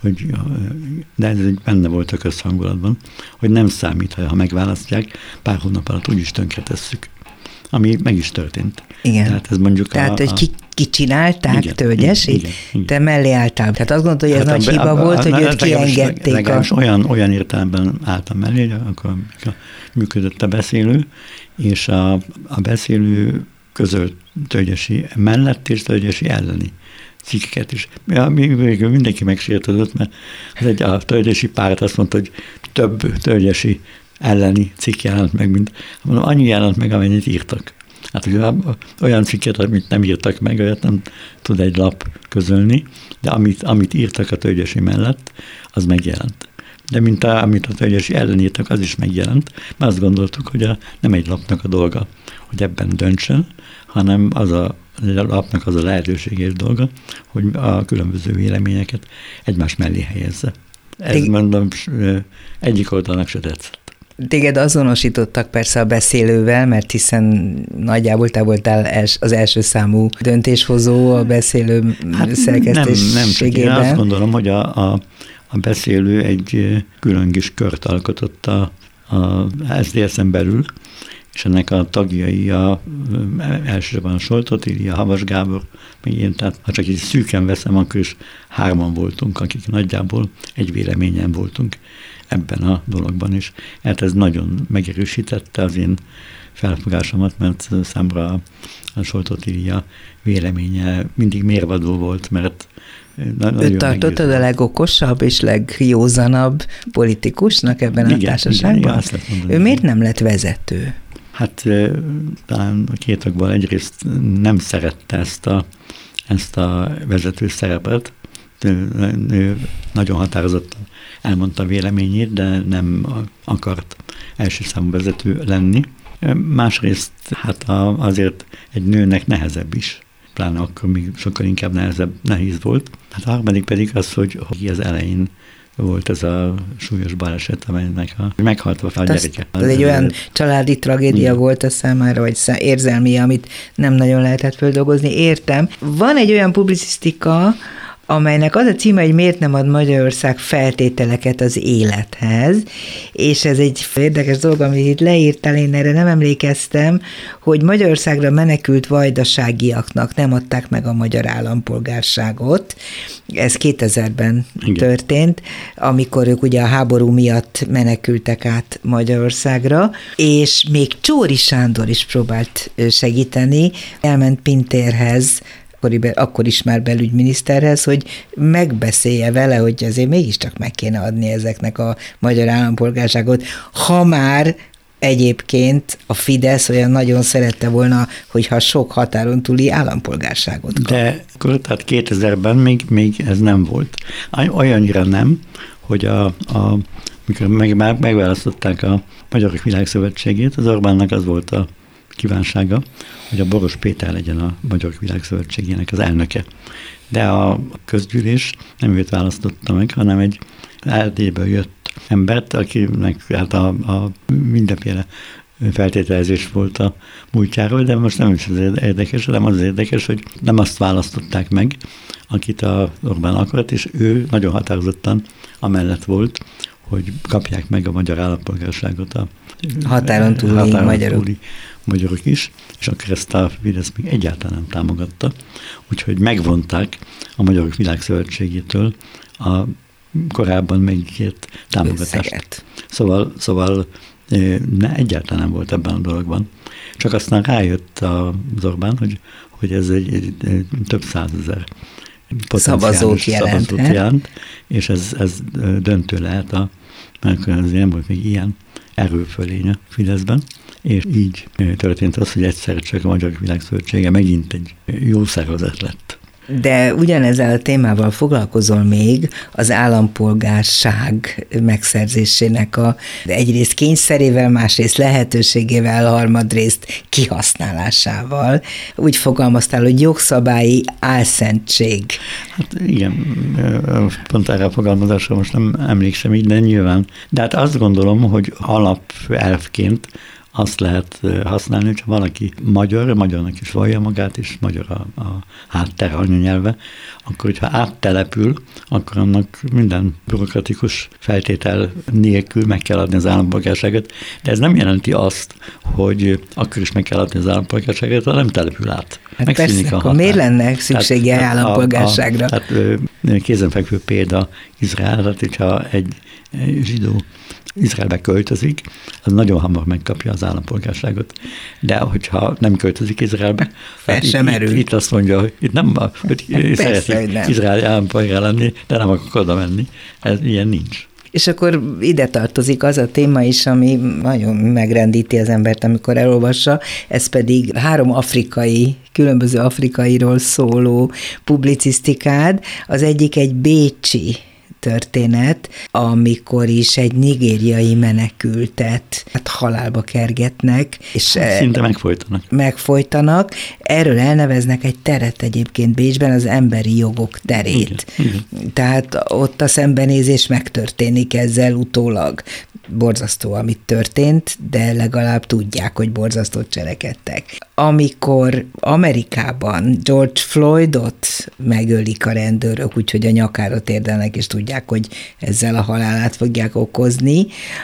de ez benne volt a közhangulatban, hogy nem számít, ha megválasztják, pár hónap alatt úgyis tönkretesszük. Ami meg is történt. Igen. Tehát ez mondjuk hogy kicsinálták Tölgyesit, te mellé álltál. Tehát azt gondolod, hogy ez nagy hiba volt, hogy őt kiengedték. Legalábbis olyan értelemben álltam mellé, hogy akkor működött a beszélő, és a beszélő közölt Tölgyesi mellett és Tölgyesi elleni cikkeket is. Mindenki megsértődött, mert a Tölgyesi párt azt mondta, hogy több Tölgyesi elleni cikk jelent meg, mint annyi jelent meg, amennyit írtak. Hát ugye olyan cikket, amit nem írtak meg, olyat nem tud egy lap közölni, de amit írtak a Tölgyesi mellett, az megjelent. De amit a Tölgyesi ellen írtak, az is megjelent, mert azt gondoltuk, hogy nem egy lapnak a dolga, hogy ebben döntsön, hanem a lapnak az a lehetőséges dolga, hogy a különböző véleményeket egymás mellé helyezze. Ez mondom, egyik oldalnak se tetszett. Téged azonosítottak persze a beszélővel, mert hiszen nagyjából te voltál az első számú döntéshozó a beszélő szerkesztésségében. Nem, én azt gondolom, hogy a beszélő egy külön kis kört alkotott a SZDSZ-en belül, és ennek a tagjai elsősorban Solth Otília, Havas Gábor, még én, tehát ha csak így szűken veszem, akkor is 3-an voltunk, akik nagyjából egy véleményen voltunk ebben a dologban is. Hát ez nagyon megerősítette az én felfogásomat, mert számra a Solth Otília véleménye mindig mérvadó volt, mert őt tartottad a legokosabb és legjózanabb politikusnak ebben a társaságban? Igen, ő miért nem lett vezető? Hát talán a két okból egyrészt nem szerette ezt a vezető szerepet. Ő nagyon határozottan elmondta a véleményét, de nem akart első számú vezető lenni. Másrészt hát azért egy nőnek nehezebb is, pláne akkor még sokkal inkább nehéz volt. Hát a harmadik pedig az, hogy az elején volt ez a súlyos baleset, amelynek meghalt a gyereke. Ez egy olyan családi tragédia volt a számára, vagy érzelmi, amit nem nagyon lehetett földolgozni. Értem. Van egy olyan publicisztika, amelynek az a címe, hogy miért nem ad Magyarország feltételeket az élethez, és ez egy érdekes dolog, amit itt leírtál, én erre nem emlékeztem, hogy Magyarországra menekült vajdaságiaknak nem adták meg a magyar állampolgárságot. Ez 2000-ben történt, amikor ők ugye a háború miatt menekültek át Magyarországra, és még Csóri Sándor is próbált segíteni, elment Pintérhez, akkor is már belügyminiszterhez, hogy megbeszélje vele, hogy azért mégiscsak meg kéne adni ezeknek a magyar állampolgárságot, ha már egyébként a Fidesz olyan nagyon szerette volna, hogyha sok határon túli állampolgárságot kap. De akkor, tehát 2000-ben még ez nem volt. Olyannyira nem, hogy mikor megválasztották a Magyarok Világszövetségét, az Orbánnak az volt a kívánsága, hogy a Boros Péter legyen a Magyarok Világszövetségének az elnöke. De a közgyűlés nem őt választotta meg, hanem egy Erdélyből jött embert, akinek hát a mindenféle feltételezés volt a múltjáról, de most nem is az érdekes, hanem az érdekes, hogy nem azt választották meg, akit a Orbán akart, és ő nagyon határozottan amellett volt, hogy kapják meg a magyar állampolgárságot a határon túli magyarok is, és akkor ezt a Fidesz még egyáltalán nem támogatta, úgyhogy megvonták a Magyarok Világszövetségétől a korábban megígért támogatást. Szóval egyáltalán nem volt ebben a dologban. Csak aztán rájött az Orbán, hogy ez egy több százezer szavazót jelent, és ez döntő lehet, mert azért nem volt még ilyen erőfölény a Fideszben, és így történt az, hogy egyszer csak a Magyarok Világszövetsége megint egy jó szervezet lett. De ugyanezzel a témával foglalkozol még az állampolgárság megszerzésének egyrészt kényszerével, másrészt lehetőségével, harmadrészt kihasználásával. Úgy fogalmaztál, hogy jogszabályi álszentség. Hát igen, pont erre a fogalmazásra most nem emlékszem így, de nyilván. De hát azt gondolom, hogy alapelvként azt lehet használni, hogyha valaki magyarnak is vallja magát, és magyar a háttere, anyanyelve, akkor, hogyha áttelepül, akkor annak minden bürokratikus feltétel nélkül meg kell adni az állampolgárságot, de ez nem jelenti azt, hogy akkor is meg kell adni az állampolgárságot, ha nem települ át. Hát persze, akkor miért lenne szüksége állampolgárságra? Tehát kézenfekvő példa Izrael, tehát hogyha egy zsidó Izraelbe költözik, az nagyon hamar megkapja az állampolgárságot. De hogyha nem költözik Izraelbe, itt azt mondja, hogy itt nem szeretik Izrael állampolgár lenni, de nem akarok oda menni. Ez ilyen nincs. És akkor ide tartozik az a téma is, ami nagyon megrendíti az embert, amikor elolvassa, ez pedig 3 különböző afrikairól szóló publicisztikád. Az egyik egy bécsi történet, amikor is egy nigériai menekültet halálba kergetnek, és szinte megfojtanak. Erről elneveznek egy teret egyébként Bécsben, az emberi jogok terét. Igen. Tehát ott a szembenézés megtörténik ezzel utólag. Borzasztó, amit történt, de legalább tudják, hogy borzasztót cselekedtek. Amikor Amerikában George Floydot megölik a rendőrök, úgyhogy a nyakára térdelnek, és tudják, hogy ezzel a halálát fogják okozni,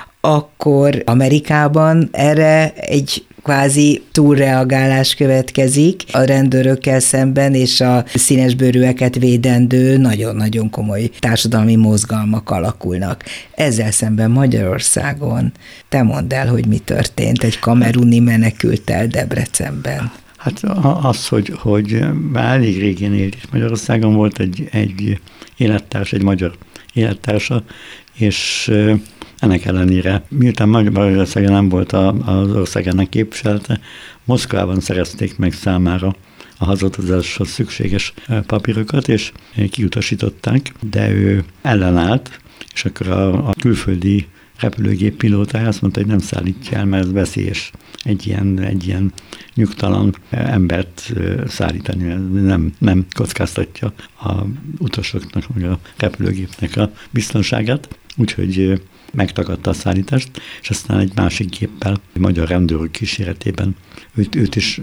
akkor Amerikában erre egy kvázi túlreagálás következik a rendőrökkel szemben, és a színesbőrűeket védendő nagyon-nagyon komoly társadalmi mozgalmak alakulnak. Ezzel szemben Magyarországon te mondd el, hogy mi történt egy kameruni menekülttel Debrecenben. Hát az, hogy már elég régén élt, és Magyarországon volt egy élettárs, egy magyar élettársa, és ennek ellenére, miután Magyarországon nem volt az országának képviselete, Moszkvában szerezték meg számára a hazautazáshoz szükséges papírokat, és kiutasították, de ő ellenállt, és akkor a külföldi repülőgép pilótája azt mondta, hogy nem szállítja el, mert ez veszélyes egy ilyen nyugtalan embert szállítani, nem kockáztatja a utasoknak, vagy a repülőgépnek a biztonságát, úgyhogy megtagadta a szállítást, és aztán egy másik géppel, magyar rendőrök kíséretében őt is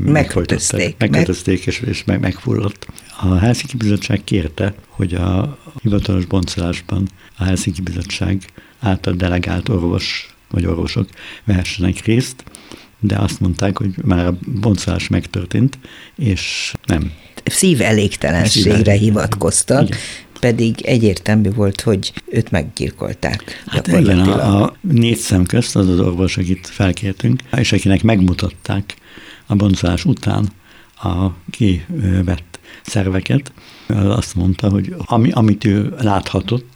megkötözték, és megfulladt. A Helsinki Bizottság kérte, hogy a hivatalos boncolásban a Helsinki Bizottság által delegált orvos vagy orvosok vehessenek részt, de azt mondták, hogy már a boncolás megtörtént, és nem. Szívelégtelenségre hivatkoztak. Igen. Pedig egyértelmű volt, hogy őt meggyilkolták. Hát igen, a 4 szem közt az orvos, akit felkértünk, és akinek megmutatták a boncolás után a kivett szerveket, azt mondta, hogy amit ő láthatott,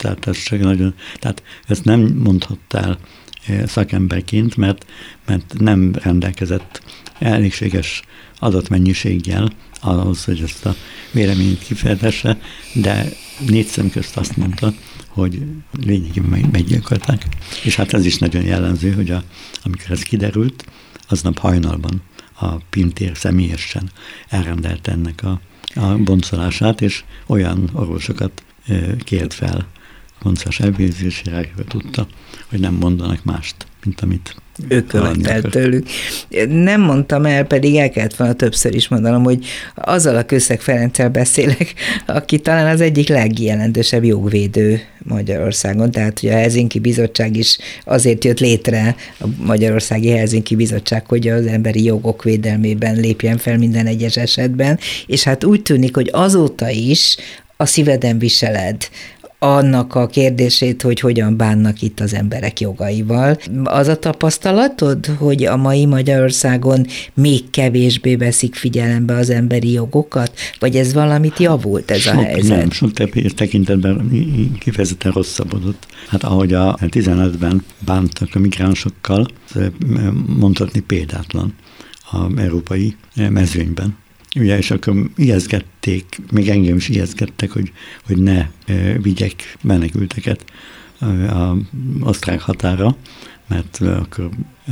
tehát ezt nem mondhatta el szakemberként, mert nem rendelkezett elégséges adatmennyiséggel ahhoz, hogy ezt a véleményt kifejtesse, de 4 szem közt azt mondta, hogy lényegében meggyilkolták. És hát ez is nagyon jellemző, hogy amikor ez kiderült, aznap hajnalban a Pintér személyesen elrendelte ennek a boncolását, és olyan orvosokat kért fel a boncolás elvégzésére, akikről tudta, hogy nem mondanak mást, mint amit ő követel tőlük. Nem mondtam el, pedig el kellett volna többször is mondanom, hogy azzal a Kőszeg Ferenccel beszélek, aki talán az egyik legjelentősebb jogvédő Magyarországon, tehát hogy a Helsinki Bizottság is azért jött létre, a Magyarországi Helsinki Bizottság, hogy az emberi jogok védelmében lépjen fel minden egyes esetben, és hát úgy tűnik, hogy azóta is a szíveden viseled annak a kérdését, hogy hogyan bánnak itt az emberek jogaival. Az a tapasztalatod, hogy a mai Magyarországon még kevésbé veszik figyelembe az emberi jogokat, vagy ez valamit javult ez a helyzet? Nem, sok tekintetben kifejezetten rosszabbodott. Hát ahogy a 15-ben bántak a migránsokkal, mondhatni példátlan az európai mezőnyben. Ugye, és akkor ijeszgették, még engem is ijeszgettek, hogy ne vigyek menekülteket az osztrák határa, mert akkor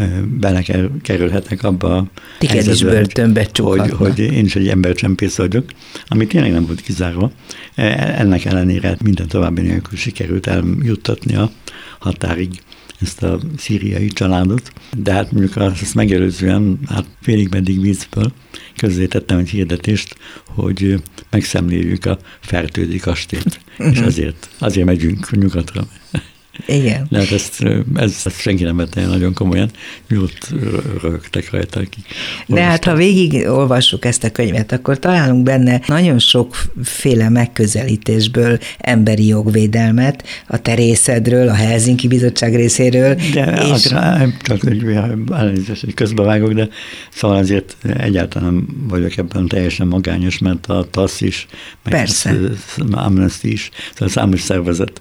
belekerülhetek abba a helyzetbe, hogy én is egy embercsempész vagyok, ami tényleg nem volt kizárva. Ennek ellenére minden további nélkül sikerült eljuttatni a határig ezt a szíriai családot, de hát mondjuk azt megelőzően, félig meddig vízből közzétettem egy hirdetést, hogy megszemléljük a Fertődi kastélyt, és azért megyünk nyugatra. Igen. De hát ezt senki nem vette nagyon komolyan, jót rögtek rajta. De hát ha végig olvassuk ezt a könyvet, akkor találunk benne nagyon sokféle megközelítésből emberi jogvédelmet, a te részedről, a Helsinki Bizottság részéről. De csak hogy közbevágok, de szóval azért egyáltalán nem vagyok ebben teljesen magányos, mert a TASZ is, meg az Amnesty is, szóval számos szervezet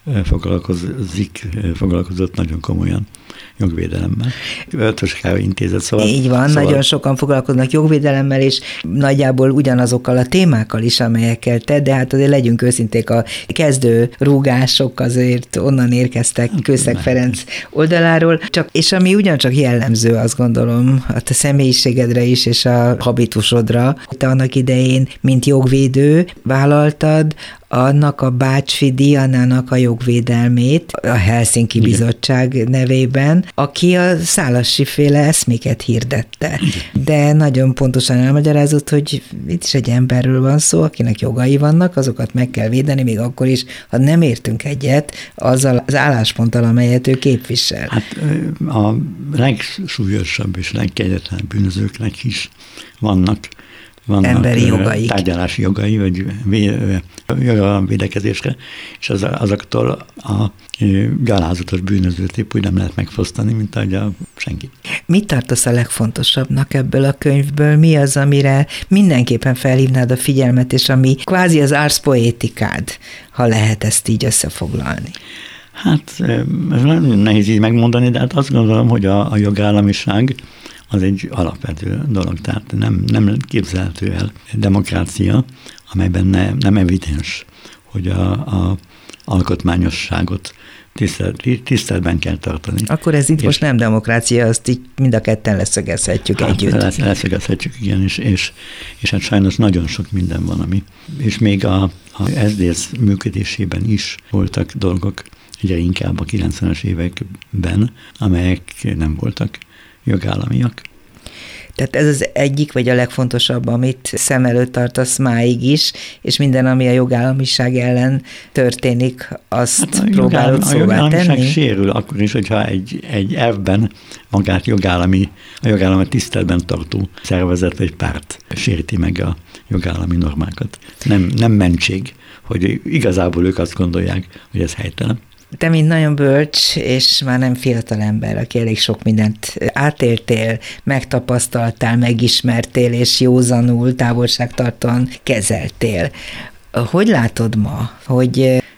foglalkozott nagyon komolyan jogvédelemmel. Ötös Károly Intézet, szóval... Így van, nagyon sokan foglalkoznak jogvédelemmel, és nagyjából ugyanazokkal a témákkal is, amelyekkel te, de hát azért legyünk őszinték, a kezdő rúgások azért onnan érkeztek Kőszeg Ferenc oldaláról, és ami ugyancsak jellemző, azt gondolom, a te személyiségedre is, és a habitusodra. Te annak idején, mint jogvédő vállaltad annak a Bácsfi Dianának a jogvédelmét a Helsinki Bizottság nevében, aki a Szálassi-féle eszméket hirdette. De nagyon pontosan elmagyarázott, hogy itt is egy emberről van szó, akinek jogai vannak, azokat meg kell védeni, még akkor is, ha nem értünk egyet azzal az állásponttal, amelyet ő képvisel. Hát a legsúlyosabb és legkegyetlenebb bűnözőknek is vannak emberi jogaik. Tárgyalási jogai, vagy joga védekezésre, és azoktól a gyalázatos bűnözőt úgy nem lehet megfosztani, mint ahogy senki. Mit tartasz a legfontosabbnak ebből a könyvből? Mi az, amire mindenképpen felhívnád a figyelmet, és ami kvázi az ars poétikád, ha lehet ezt így összefoglalni? Hát ez nagyon nehéz így megmondani, de hát azt gondolom, hogy a jogállamiság az egy alapvető dolog, tehát nem képzelhető el demokrácia, amelyben nem evidens, hogy a alkotmányosságot tiszteletben kell tartani. Akkor ez itt most nem demokrácia, azt így mind a ketten leszögezhetjük együtt. Leszögezhetjük, igen, és hát sajnos nagyon sok minden van, és még a SZDSZ működésében is voltak dolgok, egyre inkább a 90-es években, amelyek nem voltak jogállamiak. Tehát ez az egyik, vagy a legfontosabb, amit szem előtt tartasz máig is, és minden, ami a jogállamiság ellen történik, azt próbálod szóvá tenni? A jogállamiság sérül akkor is, hogyha egy elvben magát a jogállami tiszteletben tartó szervezet vagy párt sérti meg a jogállami normákat. Nem mentség, hogy igazából ők azt gondolják, hogy ez helytelen. Te, mint nagyon bölcs, és már nem fiatal ember, aki elég sok mindent átéltél, megtapasztaltál, megismertél, és józanul, távolságtartóan kezeltél. Hogy látod ma, hogy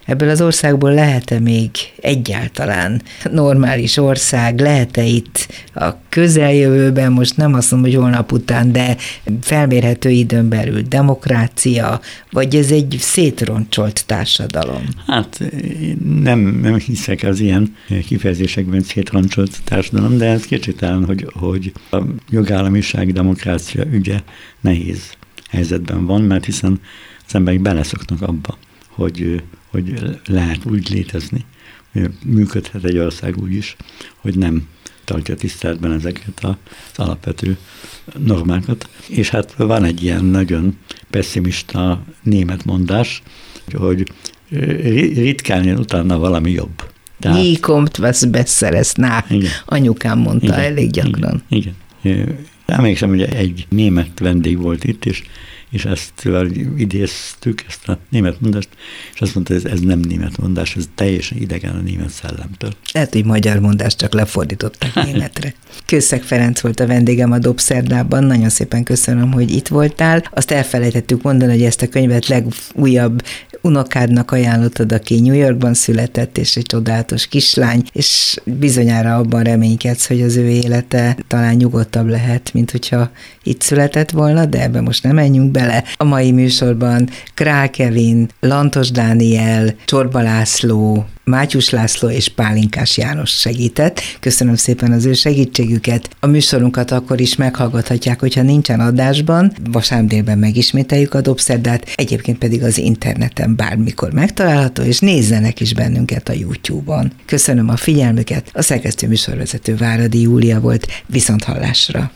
ebből az országból lehet-e még egyáltalán normális ország, lehet-e itt a közeljövőben, most nem azt mondom, hogy holnap után, de felmérhető időn belül demokrácia, vagy ez egy szétroncsolt társadalom? Hát nem hiszek az ilyen kifejezésekben szétroncsolt társadalom, de ez kétségtelen, hogy a jogállamiság, demokrácia ügye nehéz helyzetben van, mert hiszen az emberek beleszoknak abba, hogy lehet úgy létezni, hogy működhet egy ország úgy is, hogy nem tartja tiszteletben ezeket az alapvető normákat. És hát van egy ilyen nagyon pessimista német mondás, hogy ritkán jön utána valami jobb. Nie kommt was Besseres nach. Anyukám mondta elég gyakran. Igen. Emlékszem, hogy egy német vendég volt itt, és ezt idéztük, ezt a német mondást, és azt mondta, hogy ez nem német mondás, ez teljesen idegen a német szellemtől. Lehet, hogy magyar mondást csak lefordították németre. Kőszeg Ferenc volt a vendégem a Dobszerdában, nagyon szépen köszönöm, hogy itt voltál. Azt elfelejtettük mondani, hogy ezt a könyvet legújabb unokádnak ajánlottad, aki New Yorkban született, és egy csodálatos kislány, és bizonyára abban reménykedsz, hogy az ő élete talán nyugodtabb lehet, mint hogyha itt született volna, de ebbe most nem menjünk bele. A mai műsorban Král Kevin, Lantos Dániel, Csorba László, Mátyus László és Pálinkás János segített. Köszönöm szépen az ő segítségüket. A műsorunkat akkor is meghallgathatják, hogyha nincsen adásban. Vasárnap délben megismételjük a Dobszerdát, egyébként pedig az interneten bármikor megtalálható, és nézzenek is bennünket a YouTube-on. Köszönöm a figyelmüket. A szerkesztő műsorvezető Váradi Júlia volt. Viszonthallásra.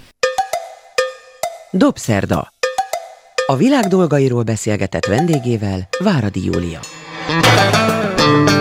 Dobszerda. A világ dolgairól beszélgetett vendégével Váradi Júlia.